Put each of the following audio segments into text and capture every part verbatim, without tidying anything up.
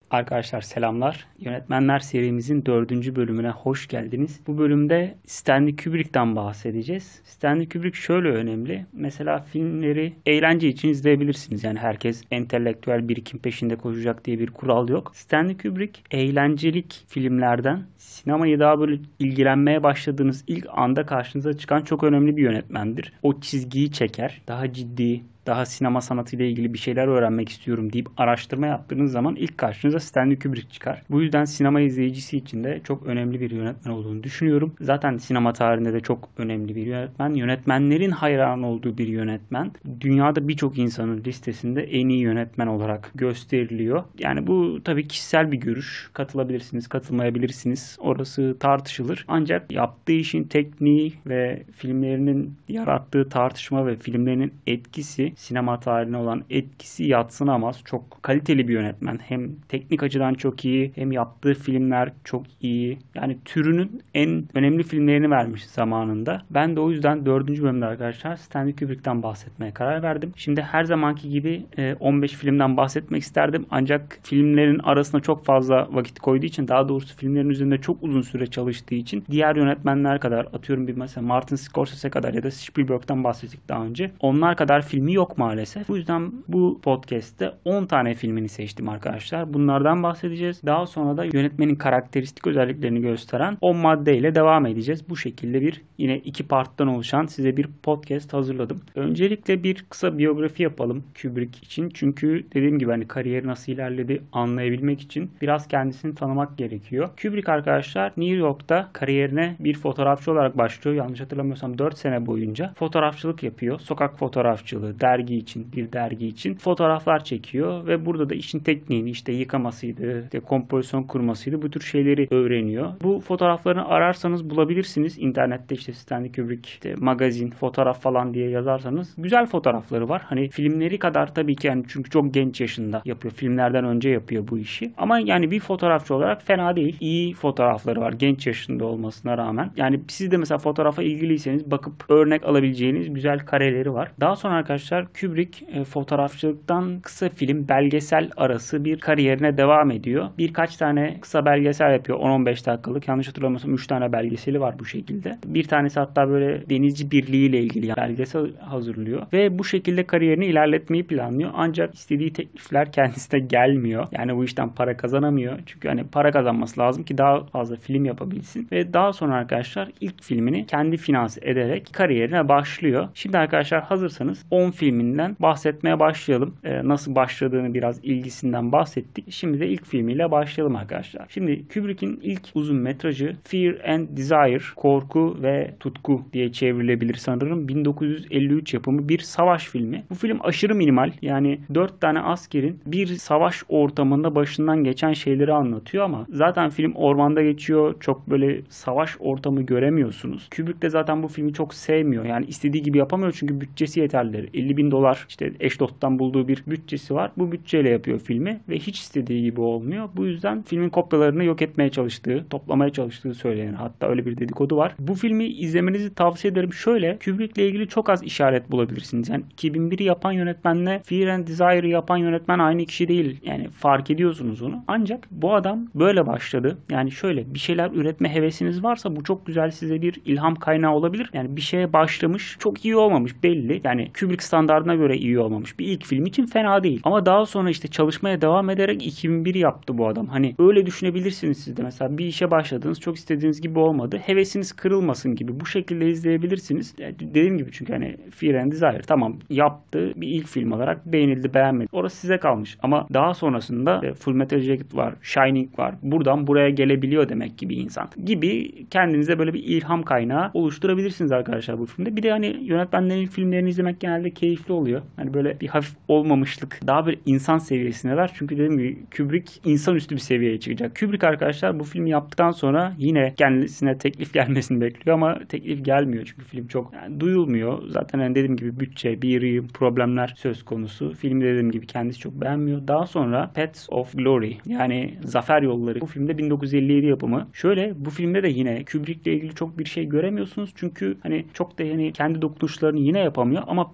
Arkadaşlar selamlar. Yönetmenler serimizin dördüncü bölümüne hoş geldiniz. Bu bölümde Stanley Kubrick'ten bahsedeceğiz. Stanley Kubrick şöyle önemli. Mesela filmleri eğlence için izleyebilirsiniz. Yani herkes entelektüel birikim peşinde koşacak diye bir kural yok. Stanley Kubrick eğlencelik filmlerden sinemayı daha böyle ilgilenmeye başladığınız ilk anda karşınıza çıkan çok önemli bir yönetmendir. O çizgiyi çeker. Daha ciddi, daha sinema sanatıyla ilgili bir şeyler öğrenmek istiyorum deyip araştırma yaptığınız zaman ilk karşınıza Stanley Kubrick çıkar. Bu yüzden sinema izleyicisi için de çok önemli bir yönetmen olduğunu düşünüyorum. Zaten sinema tarihinde de çok önemli bir yönetmen. Yönetmenlerin hayran olduğu bir yönetmen. Dünyada birçok insanın listesinde en iyi yönetmen olarak gösteriliyor. Yani bu tabii kişisel bir görüş. Katılabilirsiniz, katılmayabilirsiniz. Orası tartışılır. Ancak yaptığı işin tekniği ve filmlerinin yarattığı tartışma ve filmlerinin etkisi, sinema tarihine olan etkisi yadsınamaz. Çok kaliteli bir yönetmen. Hem teknik açıdan çok iyi, hem yaptığı filmler çok iyi. Yani türünün en önemli filmlerini vermiş zamanında. Ben de o yüzden dördüncü bölümde arkadaşlar Stanley Kubrick'ten bahsetmeye karar verdim. Şimdi her zamanki gibi on beş filmden bahsetmek isterdim. Ancak filmlerin arasına çok fazla vakit koyduğu için, daha doğrusu filmlerin üzerinde çok uzun süre çalıştığı için diğer yönetmenler kadar, atıyorum bir mesela Martin Scorsese kadar ya da Spielberg'den bahsettik daha önce. Onlar kadar filmi yok maalesef. Bu yüzden bu podcast'te on tane filmini seçtim arkadaşlar. Bunlardan bahsedeceğiz. Daha sonra da yönetmenin karakteristik özelliklerini gösteren on maddeyle devam edeceğiz. Bu şekilde bir yine iki parttan oluşan size bir podcast hazırladım. Öncelikle bir kısa biyografi yapalım Kubrick için. Çünkü dediğim gibi hani kariyeri nasıl ilerledi anlayabilmek için biraz kendisini tanımak gerekiyor. Kubrick arkadaşlar New York'ta kariyerine bir fotoğrafçı olarak başlıyor. Yanlış hatırlamıyorsam dört sene boyunca fotoğrafçılık yapıyor. Sokak fotoğrafçılığı, dergi için, bir dergi için fotoğraflar çekiyor ve burada da işin tekniğini, işte yıkamasıydı, işte kompozisyon kurmasıydı, bu tür şeyleri öğreniyor. Bu fotoğraflarını ararsanız bulabilirsiniz. İnternette işte Stanley Kubrick işte magazin, fotoğraf falan diye yazarsanız güzel fotoğrafları var. Hani filmleri kadar tabii ki, yani çünkü çok genç yaşında yapıyor. Filmlerden önce yapıyor bu işi. Ama yani bir fotoğrafçı olarak fena değil. İyi fotoğrafları var genç yaşında olmasına rağmen. Yani siz de mesela fotoğrafa ilgiliyseniz bakıp örnek alabileceğiniz güzel kareleri var. Daha sonra arkadaşlar Kubrick e, fotoğrafçılıktan kısa film, belgesel arası bir kariyerine devam ediyor. Birkaç tane kısa belgesel yapıyor. on on beş dakikalık. Yanlış hatırlamıyorsam üç tane belgeseli var bu şekilde. Bir tanesi hatta böyle denizci birliği ile ilgili yani belgesel hazırlıyor. Ve bu şekilde kariyerini ilerletmeyi planlıyor. Ancak istediği teklifler kendisine gelmiyor. Yani bu işten para kazanamıyor. Çünkü hani para kazanması lazım ki daha fazla film yapabilsin. Ve daha sonra arkadaşlar ilk filmini kendi finanse ederek kariyerine başlıyor. Şimdi arkadaşlar hazırsanız on filminden bahsetmeye başlayalım. Ee, nasıl başladığını biraz ilgisinden bahsettik. Şimdi de ilk filmiyle başlayalım arkadaşlar. Şimdi Kubrick'in ilk uzun metrajı Fear and Desire, korku ve tutku diye çevrilebilir sanırım. bin dokuz yüz elli üç yapımı bir savaş filmi. Bu film aşırı minimal. Yani dört tane askerin bir savaş ortamında başından geçen şeyleri anlatıyor ama zaten film ormanda geçiyor. Çok böyle savaş ortamı göremiyorsunuz. Kubrick de zaten bu filmi çok sevmiyor. Yani istediği gibi yapamıyor çünkü bütçesi yeterli. elli bin dolar işte eş dosttan bulduğu bir bütçesi var. Bu bütçeyle yapıyor filmi ve hiç istediği gibi olmuyor. Bu yüzden filmin kopyalarını yok etmeye çalıştığı, toplamaya çalıştığı söylenir. Hatta öyle bir dedikodu var. Bu filmi izlemenizi tavsiye ederim. Şöyle, Kubrick'le ilgili çok az işaret bulabilirsiniz. Yani iki bin biri yapan yönetmenle Fear and Desire'ı yapan yönetmen aynı kişi değil. Yani fark ediyorsunuz onu. Ancak bu adam böyle başladı. Yani şöyle, bir şeyler üretme hevesiniz varsa bu çok güzel, size bir ilham kaynağı olabilir. Yani bir şeye başlamış, çok iyi olmamış belli. Yani Kubrick standardına göre iyi olmamış. Bir ilk film için fena değil. Ama daha sonra işte çalışmaya devam ederek iki bin bir yaptı bu adam. Hani öyle düşünebilirsiniz siz de. Mesela bir işe başladınız, çok istediğiniz gibi olmadı. Hevesiniz kırılmasın gibi. Bu şekilde izleyebilirsiniz. Yani dediğim gibi çünkü hani Fear and Desire tamam yaptı. Bir ilk film olarak beğenildi, beğenmedi. Orası size kalmış. Ama daha sonrasında Full Metal Jacket var, Shining var. Buradan buraya gelebiliyor demek ki bir insan. Gibi kendinize böyle bir ilham kaynağı oluşturabilirsiniz arkadaşlar bu filmde. Bir de hani yönetmenlerin filmlerini izlemek genelde keyifli oluyor. Hani böyle bir hafif olmamışlık, daha böyle insan seviyesindeler. Çünkü dediğim gibi Kubrick insanüstü bir seviyeye çıkacak. Kubrick arkadaşlar bu filmi yaptıktan sonra yine kendisine teklif gelmesini bekliyor ama teklif gelmiyor. Çünkü film çok yani duyulmuyor. Zaten hani dediğim gibi bütçe, bir problemler söz konusu. Filmde dediğim gibi kendisi çok beğenmiyor. Daha sonra Paths of Glory yani Zafer Yolları. Bu filmde bin dokuz yüz elli yedi yapımı. Şöyle bu filmde de yine Kubrick'le ilgili çok bir şey göremiyorsunuz. Çünkü hani çok da yani kendi dokunuşlarını yine yapamıyor ama Paths of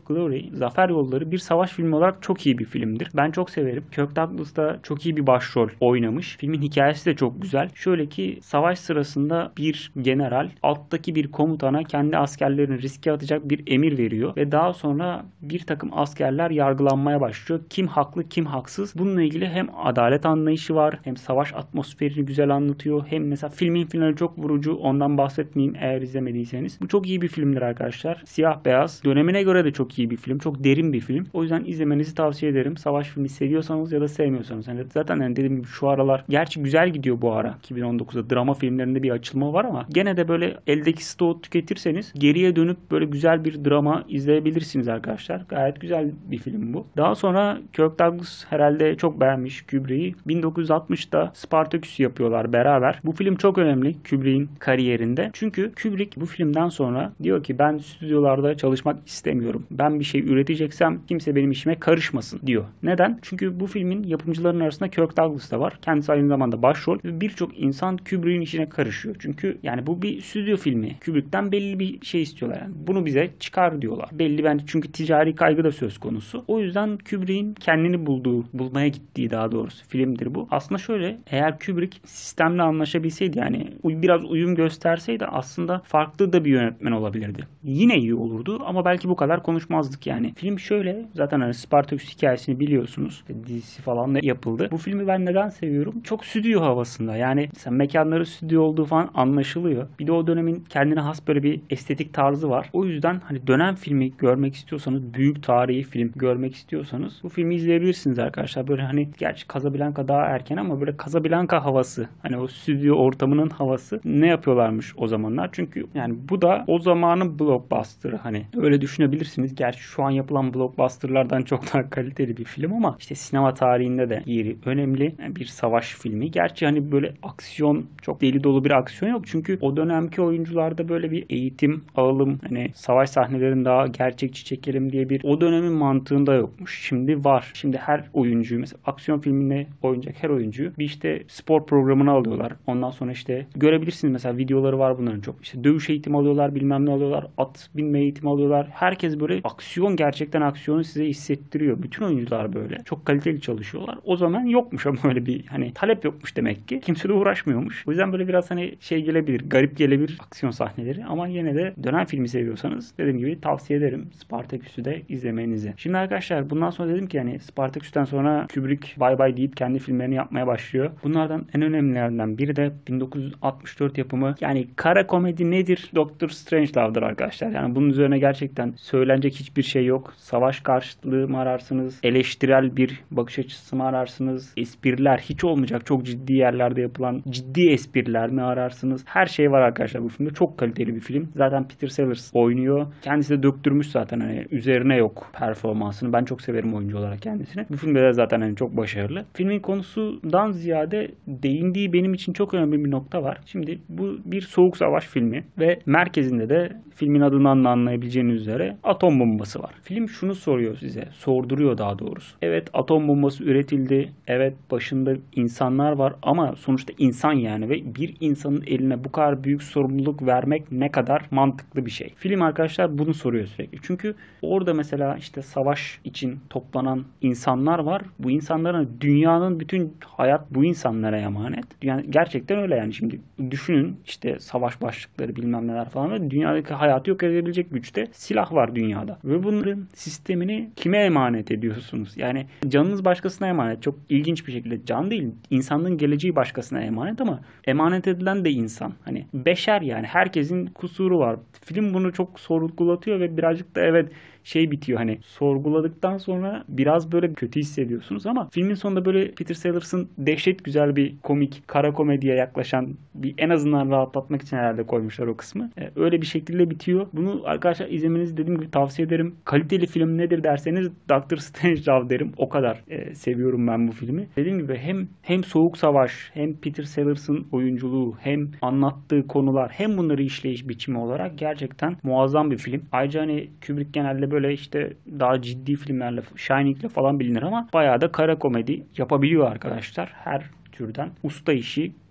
of Glory, Zafer Yolları bir savaş filmi olarak çok iyi bir filmdir. Ben çok severim. Kirk Douglas da çok iyi bir başrol oynamış. Filmin hikayesi de çok güzel. Şöyle ki savaş sırasında bir general alttaki bir komutana kendi askerlerini riske atacak bir emir veriyor ve daha sonra bir takım askerler yargılanmaya başlıyor. Kim haklı, kim haksız. Bununla ilgili hem adalet anlayışı var, hem savaş atmosferini güzel anlatıyor. Hem mesela filmin finali çok vurucu. Ondan bahsetmeyeyim eğer izlemediyseniz. Bu çok iyi bir filmdir arkadaşlar. Siyah beyaz. Dönemine göre de çok iyi bir film. Çok derin bir film. O yüzden izlemenizi tavsiye ederim. Savaş filmi seviyorsanız ya da sevmiyorsanız. Yani zaten yani dediğim gibi şu aralar gerçi güzel gidiyor bu ara. iki bin on dokuzda drama filmlerinde bir açılma var ama gene de böyle eldeki stoğu tüketirseniz geriye dönüp böyle güzel bir drama izleyebilirsiniz arkadaşlar. Gayet güzel bir film bu. Daha sonra Kirk Douglas herhalde çok beğenmiş Kubrick'i. bin dokuz yüz altmışta Spartaküs'ü yapıyorlar beraber. Bu film çok önemli Kubrick'in kariyerinde. Çünkü Kubrick bu filmden sonra diyor ki ben stüdyolarda çalışmak istemiyorum. Ben bir şey üreteceksem kimse benim işime karışmasın diyor. Neden? Çünkü bu filmin yapımcılarının arasında Kirk Douglas da var. Kendisi aynı zamanda başrol ve birçok insan Kubrick'in işine karışıyor. Çünkü yani bu bir stüdyo filmi. Kubrick'ten belli bir şey istiyorlar. Yani bunu bize çıkar diyorlar. Belli bence çünkü ticari kaygı da söz konusu. O yüzden Kubrick'in kendini bulduğu, bulmaya gittiği daha doğrusu filmdir bu. Aslında şöyle eğer Kubrick sistemle anlaşabilseydi yani biraz uyum gösterseydi aslında farklı da bir yönetmen olabilirdi. Yine iyi olurdu ama belki bu kadar konuşmazdık yani. Film şöyle zaten hani Spartaküs hikayesini biliyorsunuz. Dizisi falan da yapıldı. Bu filmi ben neden seviyorum? Çok stüdyo havasında. Yani mesela mekanları stüdyo olduğu falan anlaşılıyor. Bir de o dönemin kendine has böyle bir estetik tarzı var. O yüzden hani dönem filmi görmek istiyorsanız, büyük tarihi film görmek istiyorsanız bu filmi izleyebilirsiniz arkadaşlar. Böyle hani gerçi Casablanca daha erken ama böyle Casablanca havası. Hani o stüdyo ortamının havası. Ne yapıyorlarmış o zamanlar? Çünkü yani bu da o zamanın blockbuster'ı. Hani öyle düşünebilirsiniz. Gerçi şu an yapılan blockbuster'lardan çok daha kaliteli bir film ama işte sinema tarihinde de yeri önemli. Yani bir savaş filmi. Gerçi hani böyle aksiyon, çok deli dolu bir aksiyon yok. Çünkü o dönemki oyuncularda böyle bir eğitim alalım. Hani savaş sahnelerini daha gerçekçi çekelim diye bir o dönemin mantığında yokmuş. Şimdi var. Şimdi her oyuncuyu mesela aksiyon filminde oynayacak her oyuncuyu bir işte spor programına alıyorlar. Ondan sonra işte görebilirsiniz mesela videoları var bunların çok. İşte dövüş eğitimi alıyorlar, bilmem ne alıyorlar, at binme eğitimi alıyorlar. Herkes böyle aksiyon, gerçekten aksiyonu size hissettiriyor. Bütün oyuncular böyle. Çok kaliteli çalışıyorlar. O zaman yokmuş ama öyle bir hani talep yokmuş demek ki. Kimse de uğraşmıyormuş. O yüzden böyle biraz hani şey gelebilir, garip gelebilir aksiyon sahneleri ama yine de dönem filmi seviyorsanız dediğim gibi tavsiye ederim Spartaküs'ü de izlemenizi. Şimdi arkadaşlar bundan sonra dedim ki hani Spartaküs'ten sonra Kubrick bay bay deyip kendi filmlerini yapmaya başlıyor. Bunlardan en önemlilerinden biri de bin dokuz yüz altmış dört yapımı yani kara komedi nedir? Doctor Strangelove'dır arkadaşlar. Yani bunun üzerine gerçekten söylenecek hiçbir şey yok. Savaş karşıtlığı mı ararsınız? Eleştirel bir bakış açısı mı ararsınız? Espriler hiç olmayacak. Çok ciddi yerlerde yapılan ciddi espriler mi ararsınız? Her şey var arkadaşlar bu filmde. Çok kaliteli bir film. Zaten Peter Sellers oynuyor. Kendisi de döktürmüş zaten hani üzerine yok performansını. Ben çok severim oyuncu olarak kendisini. Bu filmde de zaten hani çok başarılı. Filmin konusundan ziyade değindiği benim için çok önemli bir nokta var. Şimdi bu bir soğuk savaş filmi ve merkezinde de filmin adından da anlayabileceğiniz üzere atom bombası var. Film şunu soruyor size. Sorduruyor daha doğrusu. Evet atom bombası üretildi. Evet başında insanlar var ama sonuçta insan yani ve bir insanın eline bu kadar büyük sorumluluk vermek ne kadar mantıklı bir şey. Film arkadaşlar bunu soruyor sürekli. Çünkü orada mesela işte savaş için toplanan insanlar var. Bu insanların dünyanın bütün hayat bu insanlara emanet. Yani gerçekten öyle yani şimdi düşünün işte savaş başlıkları bilmem neler falan ve dünyadaki hayatı yok edebilecek güçte silah var dünyada. Ve bunların sistemini kime emanet ediyorsunuz? Yani canınız başkasına emanet. Çok ilginç bir şekilde can değil. İnsanlığın geleceği başkasına emanet ama emanet edilen de insan. Hani beşer yani herkesin kusuru var. Film bunu çok sorgulatıyor ve birazcık da evet şey bitiyor hani sorguladıktan sonra biraz böyle kötü hissediyorsunuz ama filmin sonunda böyle Peter Sellers'ın dehşet güzel bir komik kara komediye yaklaşan bir en azından rahatlatmak için herhalde koymuşlar o kısmı. Ee, öyle bir şekilde bitiyor. Bunu arkadaşlar izlemenizi dediğim gibi tavsiye ederim. Kaliteli film nedir derseniz Doctor Strangelove derim. O kadar e, seviyorum ben bu filmi. Dediğim gibi hem hem Soğuk Savaş hem Peter Sellers'ın oyunculuğu hem anlattığı konular hem bunları işleyiş biçimi olarak gerçekten muazzam bir film. Ayrıca hani Kubrick genelde böyle işte daha ciddi filmlerle Shining'le falan bilinir ama bayağı da kara komedi yapabiliyor arkadaşlar. Her türden usta işi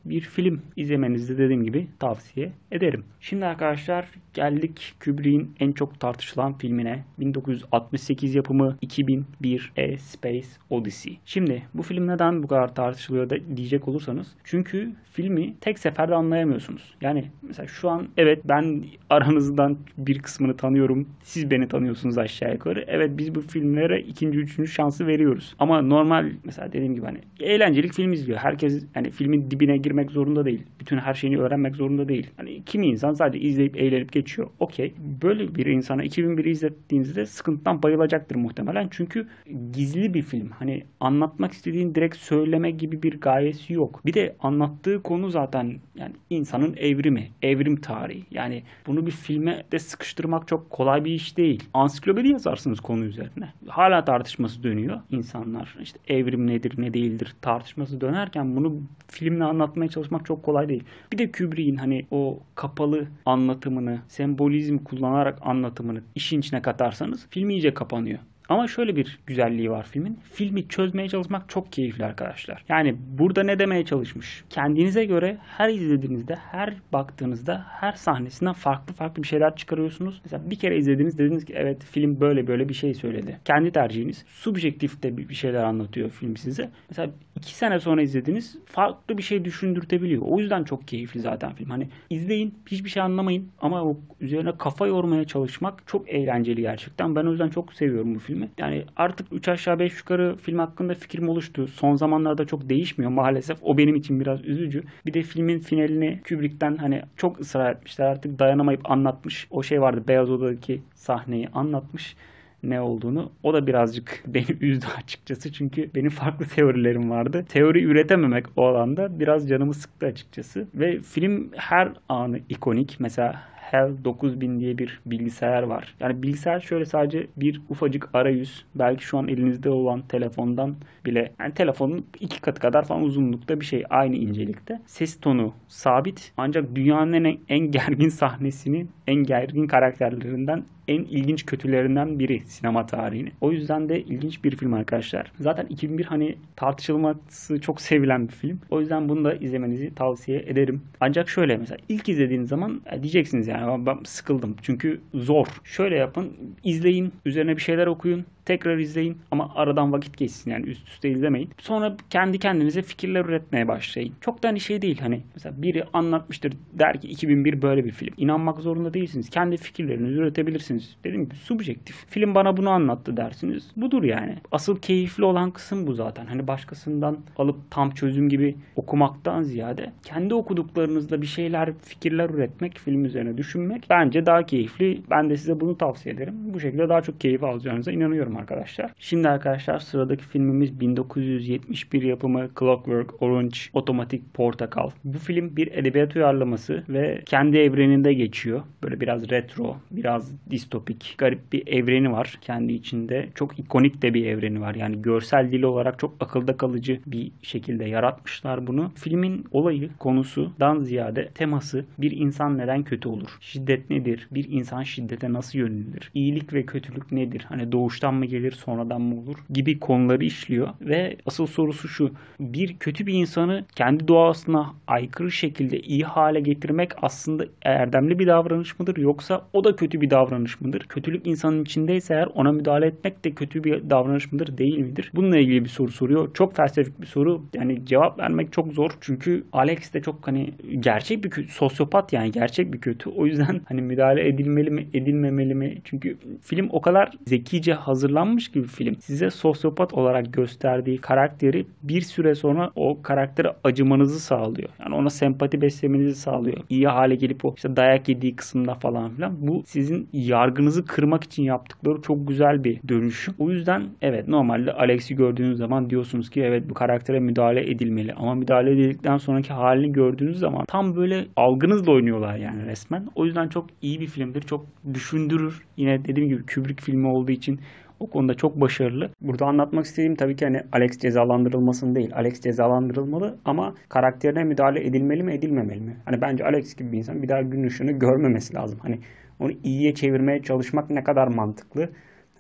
bir film izlemenizi de dediğim gibi tavsiye ederim. Şimdi arkadaşlar geldik Kubrick'in en çok tartışılan filmine. bin dokuz yüz altmış sekiz yapımı iki bin bir A Space Odyssey. Şimdi bu film neden bu kadar tartışılıyor da diyecek olursanız. Çünkü filmi tek seferde anlayamıyorsunuz. Yani mesela şu an evet ben aranızdan bir kısmını tanıyorum. Siz beni tanıyorsunuz aşağı yukarı. Evet biz bu filmlere ikinci, üçüncü şansı veriyoruz. Ama normal mesela dediğim gibi hani eğlencelik film izliyor. Herkes hani filmin dibine girmek zorunda değil. Bütün her şeyini öğrenmek zorunda değil. Hani kimi insan sadece izleyip eğlenip geçiyor. Okey. Böyle bir insana iki bin biri izlettiğinizde sıkıntıdan bayılacaktır muhtemelen. Çünkü gizli bir film. Hani anlatmak istediğin direkt söyleme gibi bir gayesi yok. Bir de anlattığı konu zaten yani insanın evrimi, evrim tarihi. Yani bunu bir filme de sıkıştırmak çok kolay bir iş değil. Ansiklopedi yazarsınız konu üzerine. Hala tartışması dönüyor insanlar. İşte evrim nedir, ne değildir tartışması dönerken bunu filmle anlatmaya çalışmak çok kolay değil. Bir de Kubrick'in hani o kapalı anlatımını, sembolizm kullanarak anlatımını işin içine katarsanız film iyice kapanıyor. Ama şöyle bir güzelliği var filmin. Filmi çözmeye çalışmak çok keyifli arkadaşlar. Yani burada ne demeye çalışmış? Kendinize göre her izlediğinizde, her baktığınızda, her sahnesinden farklı farklı bir şeyler çıkarıyorsunuz. Mesela bir kere izlediniz dediniz ki evet film böyle böyle bir şey söyledi. Kendi tercihiniz. Subjektif de bir şeyler anlatıyor film size. Mesela iki sene sonra izlediniz farklı bir şey düşündürtebiliyor. O yüzden çok keyifli zaten film. Hani izleyin, hiçbir şey anlamayın ama o üzerine kafa yormaya çalışmak çok eğlenceli gerçekten. Ben o yüzden çok seviyorum bu filmi. Yani artık üç aşağı beş yukarı film hakkında fikrim oluştu. Son zamanlarda çok değişmiyor maalesef. O benim için biraz üzücü. Bir de filmin finalini Kubrick'ten hani çok ısrar etmişler. Artık dayanamayıp anlatmış. O şey vardı Beyaz Oda'daki sahneyi anlatmış ne olduğunu. O da birazcık beni üzdü açıkçası. Çünkü benim farklı teorilerim vardı. Teori üretememek o alanda biraz canımı sıktı açıkçası. Ve film her anı ikonik. Mesela Hell dokuz bin diye bir bilgisayar var. Yani bilgisayar şöyle sadece bir ufacık arayüz. Belki şu an elinizde olan telefondan bile yani telefonun iki katı kadar falan uzunlukta bir şey. Aynı incelikte. Ses tonu sabit. Ancak dünyanın en, en gergin sahnesini, en gergin karakterlerinden en ilginç kötülerinden biri sinema tarihini. O yüzden de ilginç bir film arkadaşlar. Zaten iki bin bir hani tartışılması çok sevilen bir film. O yüzden bunu da izlemenizi tavsiye ederim. Ancak şöyle mesela ilk izlediğiniz zaman diyeceksiniz yani ben sıkıldım. Çünkü zor. Şöyle yapın. İzleyin. Üzerine bir şeyler okuyun. Tekrar izleyin ama aradan vakit geçsin yani üst üste izlemeyin. Sonra kendi kendinize fikirler üretmeye başlayın. Çok da hani şey değil hani mesela biri anlatmıştır der ki iki bin bir böyle bir film. İnanmak zorunda değilsiniz. Kendi fikirlerinizi üretebilirsiniz. Dediğim gibi subjektif. Film bana bunu anlattı dersiniz. Budur yani. Asıl keyifli olan kısım bu zaten. Hani başkasından alıp tam çözüm gibi okumaktan ziyade kendi okuduklarınızla bir şeyler, fikirler üretmek, film üzerine düşünmek bence daha keyifli. Ben de size bunu tavsiye ederim. Bu şekilde daha çok keyif alacağınıza inanıyorum arkadaşlar. Şimdi arkadaşlar sıradaki filmimiz bin dokuz yüz yetmiş bir yapımı Clockwork Orange Otomatik Portakal. Bu film bir edebiyat uyarlaması ve kendi evreninde geçiyor. Böyle biraz retro, biraz distopik, garip bir evreni var kendi içinde. Çok ikonik de bir evreni var. Yani görsel dili olarak çok akılda kalıcı bir şekilde yaratmışlar bunu. Filmin olayı, konusundan ziyade teması bir insan neden kötü olur? Şiddet nedir? Bir insan şiddete nasıl yönelilir? İyilik ve kötülük nedir? Hani doğuştan mı gelir sonradan mı olur gibi konuları işliyor ve asıl sorusu şu: bir kötü bir insanı kendi doğasına aykırı şekilde iyi hale getirmek aslında erdemli bir davranış mıdır yoksa o da kötü bir davranış mıdır? Kötülük insanın içindeyse eğer ona müdahale etmek de kötü bir davranış mıdır değil midir? Bununla ilgili bir soru soruyor. Çok felsefik bir soru. Yani cevap vermek çok zor. Çünkü Alex de çok hani gerçek bir kötü, sosyopat yani gerçek bir kötü. O yüzden hani müdahale edilmeli mi edilmemeli mi? Çünkü film o kadar zekice hazırlanmış gibi film. Size sosyopat olarak gösterdiği karakteri bir süre sonra o karaktere acımanızı sağlıyor. Yani ona sempati beslemenizi sağlıyor. İyi hale gelip o işte dayak yediği kısımda falan filan. Bu sizin yargınızı kırmak için yaptıkları çok güzel bir dönüşüm. O yüzden evet normalde Alex'i gördüğünüz zaman diyorsunuz ki evet bu karaktere müdahale edilmeli. Ama müdahale edildikten sonraki halini gördüğünüz zaman tam böyle algınızla oynuyorlar yani resmen. O yüzden çok iyi bir filmdir. Çok düşündürür. Yine dediğim gibi Kubrick filmi olduğu için o konuda çok başarılı. Burada anlatmak istediğim tabii ki hani Alex cezalandırılmasın değil. Alex cezalandırılmalı ama karakterine müdahale edilmeli mi edilmemeli mi? Hani bence Alex gibi bir insan bir daha gün ışığını görmemesi lazım. Hani onu iyiye çevirmeye çalışmak ne kadar mantıklı? Hani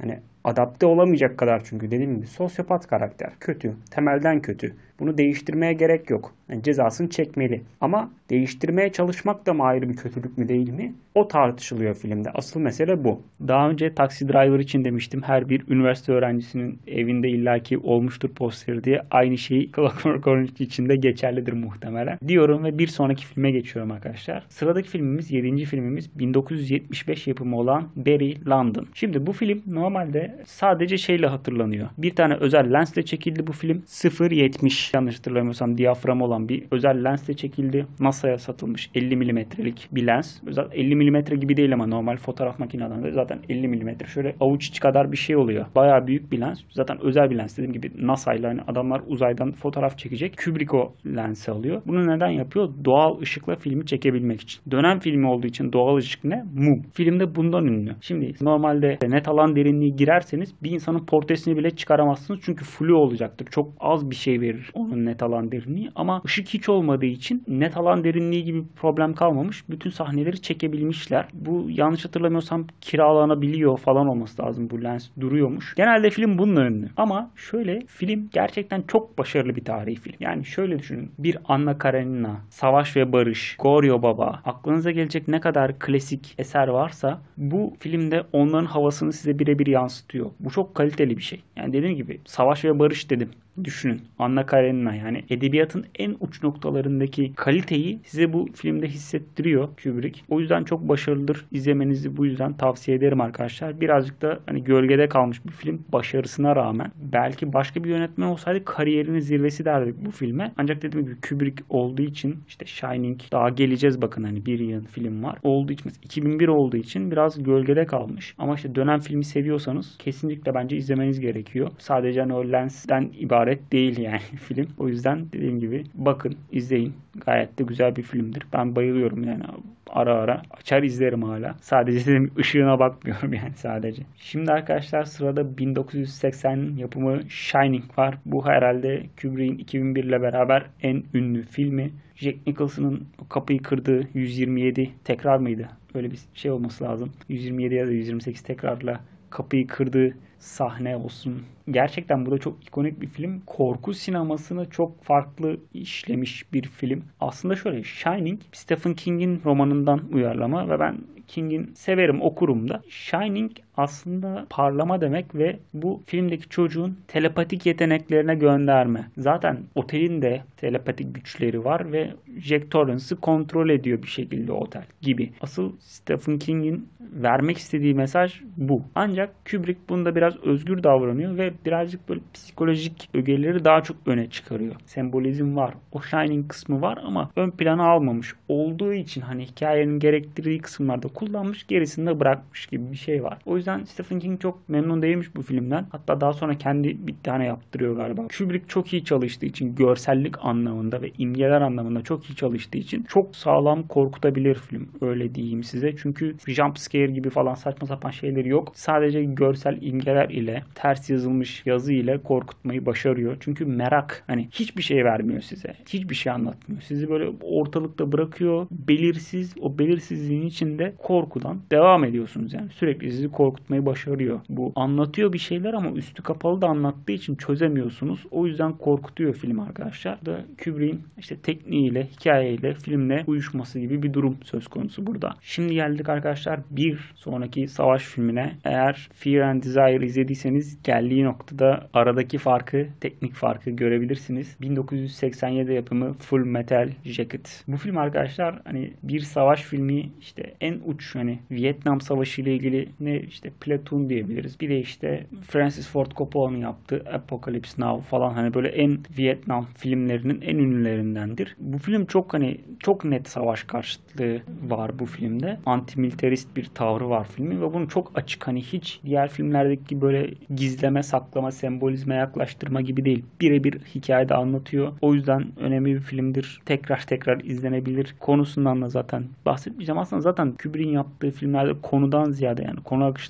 Adapte olamayacak kadar, çünkü dediğim gibi sosyopat karakter. Kötü. Temelden kötü. Bunu değiştirmeye gerek yok. Yani cezasını çekmeli. Ama değiştirmeye çalışmak da mı ayrı bir kötülük mü değil mi? O tartışılıyor filmde. Asıl mesele bu. Daha önce Taxi Driver için demiştim. Her bir üniversite öğrencisinin evinde illaki olmuştur posteri diye. Aynı şey Clockwork Orange için de geçerlidir muhtemelen. Diyorum ve bir sonraki filme geçiyorum arkadaşlar. Sıradaki filmimiz, yedinci filmimiz bin dokuz yüz yetmiş beş yapımı olan Barry Lyndon. Şimdi bu film normalde sadece şeyle hatırlanıyor. Bir tane özel lensle çekildi bu film. sıfır yetmiş yanlış hatırlamıyorsam diyafram olan bir özel lensle çekildi. NASA'ya satılmış elli milimetrelik bir lens. Zaten elli milimetre gibi değil ama normal fotoğraf makinelerinde zaten elli milimetre. Şöyle avuç içi kadar bir şey oluyor. Bayağı büyük bir lens. Zaten özel bir lens, dediğim gibi NASA ile hani adamlar uzaydan fotoğraf çekecek. Kubrick o lensi alıyor. Bunu neden yapıyor? Doğal ışıkla filmi çekebilmek için. Dönem filmi olduğu için doğal ışık ne? Mum. Filmde bundan ünlü. Şimdi normalde net alan derinliği girerseniz bir insanın portresini bile çıkaramazsınız. Çünkü flu olacaktır. Çok az bir şey verir onun net alan derinliği. Ama ışık hiç olmadığı için net alan derinliği gibi bir problem kalmamış. Bütün sahneleri çekebilmişler. Bu yanlış hatırlamıyorsam kiralanabiliyor falan olması lazım. Bu lens duruyormuş. Genelde film bununla ünlü. Ama şöyle, film gerçekten çok başarılı bir tarihi film. Yani şöyle düşünün. Bir Anna Karenina, Savaş ve Barış, Goryo Baba. Aklınıza gelecek ne kadar klasik eser varsa bu filmde onların havasını size birebir yansıtıyor. Bu çok kaliteli bir şey. Yani dediğim gibi Savaş ve Barış dedim. Düşünün. Anna Karenina, yani edebiyatın en uç noktalarındaki kaliteyi size bu filmde hissettiriyor Kubrick. O yüzden çok başarılıdır. İzlemenizi bu yüzden tavsiye ederim arkadaşlar. Birazcık da hani gölgede kalmış bir film başarısına rağmen. Belki başka bir yönetmen olsaydı kariyerinin zirvesi derdik bu filme. Ancak dediğim gibi Kubrick olduğu için, işte Shining, daha geleceğiz bakın, hani bir yıl film var. Olduğu için, iki bin bir olduğu için biraz gölgede kalmış. Ama işte dönem filmi seviyorsanız kesinlikle bence izlemeniz gerekiyor. Sadece hani o lensten ibaret değil yani film. O yüzden dediğim gibi bakın, izleyin. Gayet de güzel bir filmdir. Ben bayılıyorum yani. Ara ara açar izlerim hala. Sadece dedim, ışığına bakmıyorum yani sadece. Şimdi arkadaşlar sırada bin dokuz yüz seksen yapımı Shining var. Bu herhalde Kubrick'in iki bin bir ile beraber en ünlü filmi. Jack Nicholson'ın kapıyı kırdığı yüz yirmi yedi tekrar mıydı? Öyle bir şey olması lazım. yüz yirmi yedi ya da yüz yirmi sekiz tekrarla kapıyı kırdığı sahne olsun. Gerçekten bu da çok ikonik bir film. Korku sinemasını çok farklı işlemiş bir film. Aslında şöyle, Shining Stephen King'in romanından uyarlama ve ben King'in severim, okurum da. Shining aslında parlama demek ve bu filmdeki çocuğun telepatik yeteneklerine gönderme. Zaten otelin de telepatik güçleri var ve Jack Torrance'ı kontrol ediyor bir şekilde otel gibi. Asıl Stephen King'in vermek istediği mesaj bu. Ancak Kubrick bunda biraz özgür davranıyor ve birazcık böyle psikolojik ögeleri daha çok öne çıkarıyor. Sembolizm var. O Shining kısmı var ama ön plana almamış olduğu için hani hikayenin gerektirdiği kısımlarda kullanmış, gerisinde bırakmış gibi bir şey var. O yüzden Stephen King çok memnun değilmiş bu filmden. Hatta daha sonra kendi bir tane yaptırıyor galiba. Kubrick çok iyi çalıştığı için, görsellik anlamında ve imgeler anlamında çok iyi çalıştığı için çok sağlam korkutabilir film. Öyle diyeyim size. Çünkü jump scare gibi falan saçma sapan şeyleri yok. Sadece görsel imgeler ile, ters yazılmış yazı ile korkutmayı başarıyor. Çünkü merak, hani hiçbir şey vermiyor size. Hiçbir şey anlatmıyor. Sizi böyle ortalıkta bırakıyor. Belirsiz, o belirsizliğin içinde korkudan devam ediyorsunuz yani. Sürekli sizi korkutmayı başarıyor. Bu anlatıyor bir şeyler ama üstü kapalı da anlattığı için çözemiyorsunuz. O yüzden korkutuyor film arkadaşlar. Da Kubrick'in işte tekniğiyle, hikayeyle, filmle uyuşması gibi bir durum söz konusu burada. Şimdi geldik arkadaşlar bir sonraki savaş filmine. Eğer Fear and Desire izlediyseniz geldiği noktada aradaki farkı, teknik farkı görebilirsiniz. bin dokuz yüz seksen yedi yapımı Full Metal Jacket. Bu film arkadaşlar hani bir savaş filmi, işte en uç, hani Vietnam Savaşı ile ilgili ne işte Platoon diyebiliriz. Bir de işte Francis Ford Coppola'nın yaptığı Apocalypse Now falan, hani böyle en Vietnam filmlerinin en ünlülerindendir. Bu film çok hani çok net savaş karşıtlığı var bu filmde. Antimilitarist bir tavrı var filmin ve bunu çok açık, hani hiç diğer filmlerdeki böyle gizleme, saklama, sembolizme yaklaştırma gibi değil. Birebir hikayede anlatıyor. O yüzden önemli bir filmdir. Tekrar tekrar izlenebilir. Konusundan da zaten bahsetmeyeceğim. Aslında zaten Kubrick'in yaptığı filmlerde konudan ziyade, yani konu akışından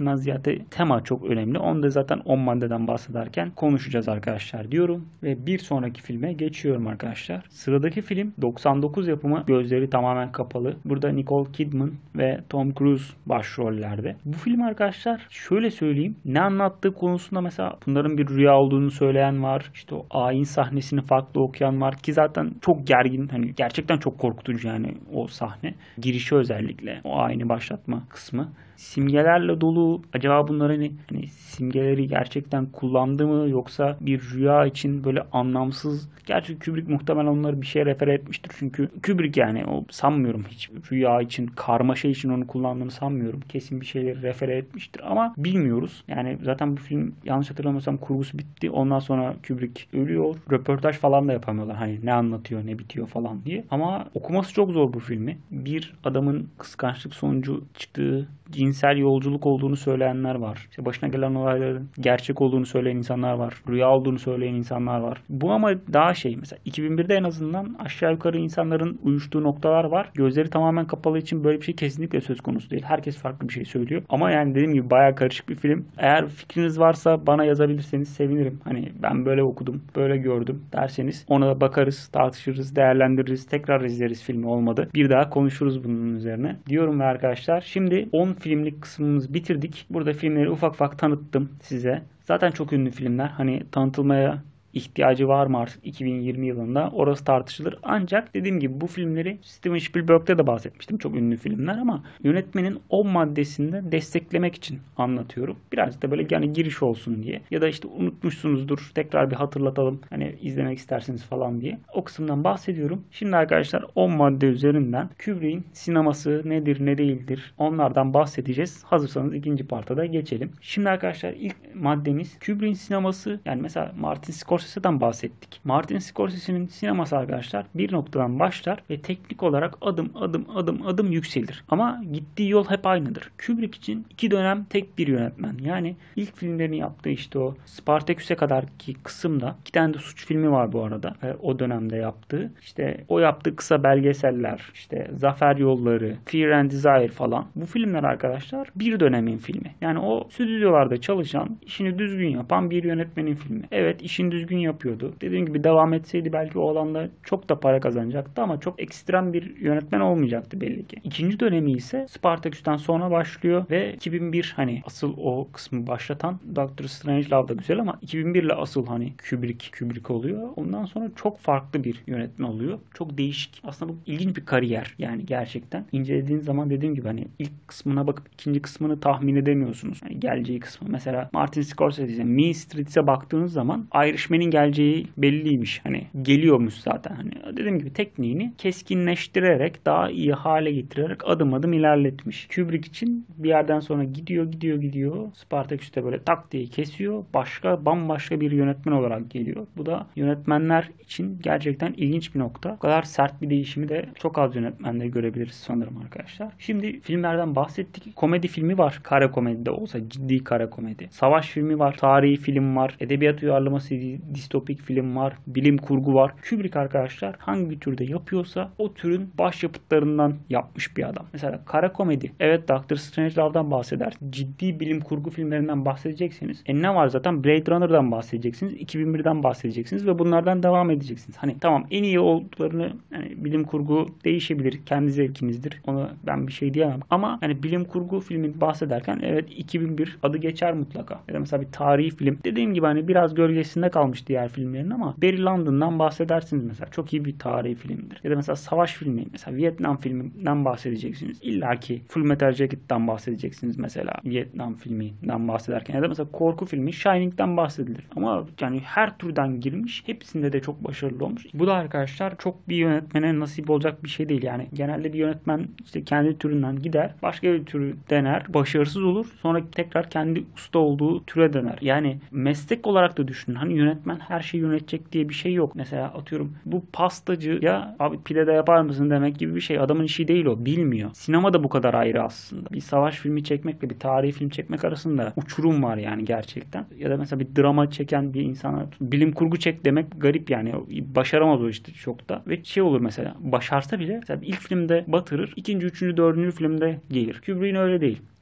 yapılışından ziyade tema çok önemli. Onu da zaten on maddeden bahsederken konuşacağız arkadaşlar diyorum. Ve bir sonraki filme geçiyorum arkadaşlar. Sıradaki film doksan dokuz yapımı, gözleri tamamen kapalı. Burada Nicole Kidman ve Tom Cruise başrollerde. Bu film arkadaşlar şöyle söyleyeyim. Ne anlattığı konusunda mesela bunların bir rüya olduğunu söyleyen var. İşte o ayin sahnesini farklı okuyan var ki zaten çok gergin. Hani gerçekten çok korkutucu yani o sahne. Girişi özellikle. O ayini başlatma kısmı. Simgelerle dolu. Acaba bunlar hani, hani simgeleri gerçekten kullandı mı yoksa bir rüya için böyle anlamsız. Gerçi Kubrick muhtemelen onları bir şeye refer etmiştir. Çünkü Kubrick yani o sanmıyorum hiç rüya için, karmaşa için onu kullandığını sanmıyorum. Kesin bir şeyleri refer etmiştir ama bilmiyoruz. Yani zaten bu film yanlış hatırlamıyorsam kurgusu bitti. Ondan sonra Kubrick ölüyor. Röportaj falan da yapamıyorlar. Hani ne anlatıyor, ne bitiyor falan diye. Ama okuması çok zor bu filmi. Bir adamın kıskançlık sonucu çıktığı cinsel yolculuk olduğunu söyleyenler var. İşte başına gelen olayların gerçek olduğunu söyleyen insanlar var. Rüya olduğunu söyleyen insanlar var. Bu ama daha şey mesela iki bin birde en azından aşağı yukarı insanların uyuştuğu noktalar var. Gözleri tamamen kapalı için böyle bir şey kesinlikle söz konusu değil. Herkes farklı bir şey söylüyor. Ama yani dediğim gibi bayağı karışık bir film. Eğer fikriniz varsa bana yazabilirseniz sevinirim. Hani ben böyle okudum, böyle gördüm derseniz ona da bakarız, tartışırız, değerlendiririz. Tekrar izleriz filmi olmadı. Bir daha konuşuruz bunun üzerine. Diyorum ve arkadaşlar şimdi on filmlik kısmımızı bitirdik. Burada filmleri ufak ufak tanıttım size. Zaten çok ünlü filmler. Hani tanıtılmaya ihtiyacı var mı artık iki bin yirmi yılında? Orası tartışılır. Ancak dediğim gibi bu filmleri Steven Spielberg'te de bahsetmiştim. Çok ünlü filmler ama yönetmenin o maddesinde desteklemek için anlatıyorum. Birazcık da böyle yani giriş olsun diye. Ya da işte unutmuşsunuzdur. Tekrar bir hatırlatalım. Hani izlemek isterseniz falan diye. O kısımdan bahsediyorum. Şimdi arkadaşlar on madde üzerinden Kubrick'in sineması nedir ne değildir onlardan bahsedeceğiz. Hazırsanız ikinci parta da geçelim. Şimdi arkadaşlar ilk maddemiz Kubrick'in sineması, yani mesela Martin Scorsese Scorsese'den bahsettik. Martin Scorsese'nin sineması arkadaşlar bir noktadan başlar ve teknik olarak adım adım adım adım yükselir. Ama gittiği yol hep aynıdır. Kubrick için iki dönem tek bir yönetmen. Yani ilk filmlerini yaptığı işte o Spartaküs'e kadarki kısımda iki tane de suç filmi var bu arada. E, o dönemde yaptığı. İşte o yaptığı kısa belgeseller, işte Zafer Yolları, Fear and Desire falan. Bu filmler arkadaşlar bir dönemin filmi. Yani o stüdyolarda çalışan, işini düzgün yapan bir yönetmenin filmi. Evet, işini düzgün yapıyordu. Dediğim gibi devam etseydi belki o alanda çok da para kazanacaktı ama çok ekstrem bir yönetmen olmayacaktı belli ki. İkinci dönemi ise Spartaküs'ten sonra başlıyor ve iki bin bir hani asıl o kısmı başlatan Doctor Strangelove da güzel ama iki bin bir ile asıl hani Kubrick Kubrick oluyor. Ondan sonra çok farklı bir yönetmen oluyor. Çok değişik. Aslında bu ilginç bir kariyer yani gerçekten. İncelediğin zaman dediğim gibi hani ilk kısmına bakıp ikinci kısmını tahmin edemiyorsunuz. Yani geleceği kısmı. Mesela Martin Scorsese'ye Mean Streets'e baktığınız zaman Irishman'in geleceği belliymiş. Hani geliyormuş zaten. Hani dediğim gibi tekniğini keskinleştirerek daha iyi hale getirerek adım adım ilerletmiş. Kubrick için bir yerden sonra gidiyor gidiyor gidiyor. Spartaküs'te böyle tak diye kesiyor. Başka bambaşka bir yönetmen olarak geliyor. Bu da yönetmenler için gerçekten ilginç bir nokta. Bu kadar sert bir değişimi de çok az yönetmende görebiliriz sanırım arkadaşlar. Şimdi filmlerden bahsettik. Komedi filmi var. Kara komedi de olsa ciddi kara komedi. Savaş filmi var. Tarihi film var. Edebiyat uyarlaması, distopik film var. Bilim kurgu var. Kubrick arkadaşlar hangi türde yapıyorsa o türün başyapıtlarından yapmış bir adam. Mesela kara komedi. Evet, Doctor Strangelove'dan bahseder. Ciddi bilim kurgu filmlerinden bahsedeceksiniz. E ne var zaten? Blade Runner'dan bahsedeceksiniz. iki bin birden bahsedeceksiniz ve bunlardan devam edeceksiniz. Hani tamam, en iyi olduklarını yani bilim kurgu değişebilir. Kendi zevkinizdir. Ona ben bir şey diyemem. Ama hani bilim kurgu filmi bahsederken evet iki bin bir adı geçer mutlaka. Ya da mesela bir tarihi film. Dediğim gibi hani biraz gölgesinde kalmış diğer filmlerin ama Barry Lyndon'dan bahsedersiniz mesela. Çok iyi bir tarihi filmdir. Ya da mesela savaş filmi. Mesela Vietnam filminden bahsedeceksiniz. İlla ki Full Metal Jacket'tan bahsedeceksiniz mesela. Vietnam filminden bahsederken. Ya da mesela korku filmi Shining'den bahsedilir. Ama yani her türden girmiş. Hepsinde de çok başarılı olmuş. Bu da arkadaşlar çok bir yönetmene nasip olacak bir şey değil. Yani genelde bir yönetmen işte kendi türünden gider. Başka bir türü dener. Başarısız olur. Sonra tekrar kendi usta olduğu türe döner. Yani meslek olarak da düşünün. Hani yönetmen her şeyi yönetecek diye bir şey yok. Mesela atıyorum bu pastacı ya abi pide de yapar mısın demek gibi bir şey. Adamın işi değil o. Bilmiyor. Sinema da bu kadar ayrı aslında. Bir savaş filmi çekmekle bir tarihi film çekmek arasında uçurum var yani gerçekten. Ya da mesela bir drama çeken bir insana bilim kurgu çek demek garip yani. Başaramaz o işte çok da. Ve şey olur mesela. Başarsa bile mesela ilk filmde batırır. İkinci, üçüncü, dördüncü filmde gelir. Kubrick'in öyle değil.